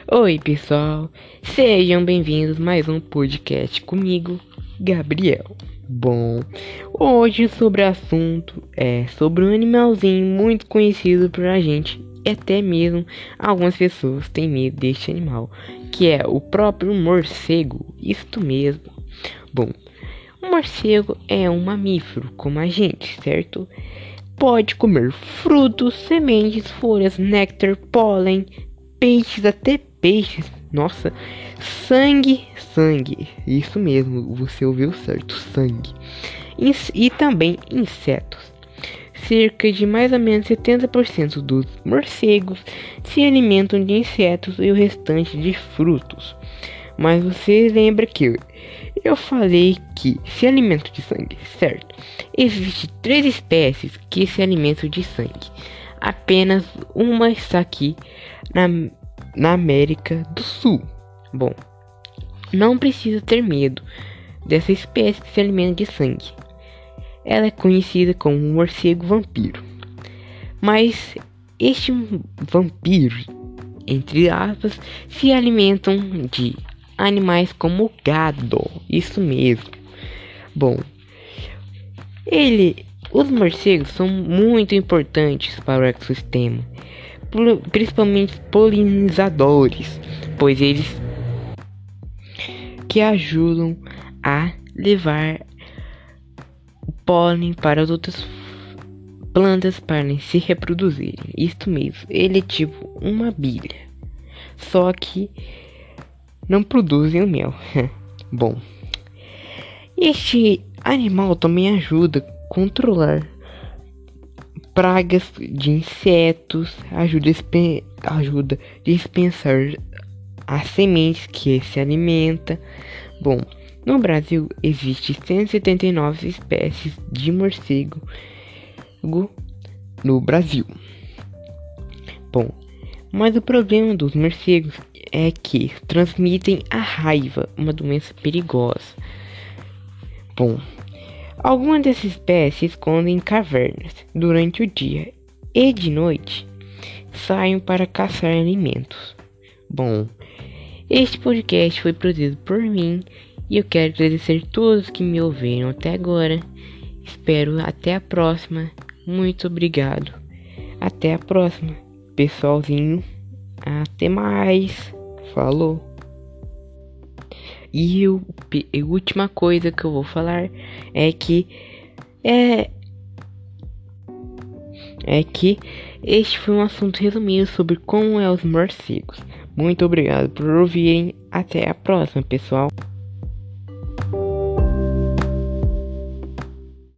Oi, pessoal, sejam bem-vindos a mais um podcast comigo, Gabriel. Bom, hoje sobre o assunto é sobre um animalzinho muito conhecido por a gente, e até mesmo algumas pessoas têm medo deste animal, que é o próprio morcego. Isto mesmo. Bom, o morcego é um mamífero como a gente, certo? Pode comer frutos, sementes, folhas, néctar, pólen, peixes, até peixes. Nossa, sangue, isso mesmo, você ouviu certo, sangue. E também insetos. Cerca de mais ou menos 70% dos morcegos se alimentam de insetos e o restante de frutos. Mas você lembra que eu falei que se alimentam de sangue, certo? Existem 3 espécies que se alimentam de sangue. Apenas uma está aqui na América do Sul. Bom, não precisa ter medo dessa espécie que se alimenta de sangue. Ela é conhecida como morcego vampiro. Mas este vampiro, entre aspas, se alimentam de animais como gado. Isso mesmo. Bom, os morcegos são muito importantes para o ecossistema, principalmente polinizadores, pois eles que ajudam a levar o pólen para as outras plantas para se reproduzirem. Isto mesmo, ele é tipo uma abelha, só que não produzem o mel. Bom, este animal também ajuda a controlar pragas de insetos, ajuda a dispensar as sementes que se alimenta. Bom, no Brasil existe 179 espécies de morcego no Brasil. Bom, mas o problema dos morcegos é que transmitem a raiva, uma doença perigosa. Bom, algumas dessas espécies escondem em cavernas durante o dia e de noite saem para caçar alimentos. Bom, este podcast foi produzido por mim e eu quero agradecer a todos que me ouviram até agora. Espero até a próxima. Muito obrigado. Até a próxima, pessoalzinho. Até mais. Falou. E a última coisa que eu vou falar é que este foi um assunto resumido sobre como é os morcegos. Muito obrigado por ouvirem. Até a próxima, pessoal.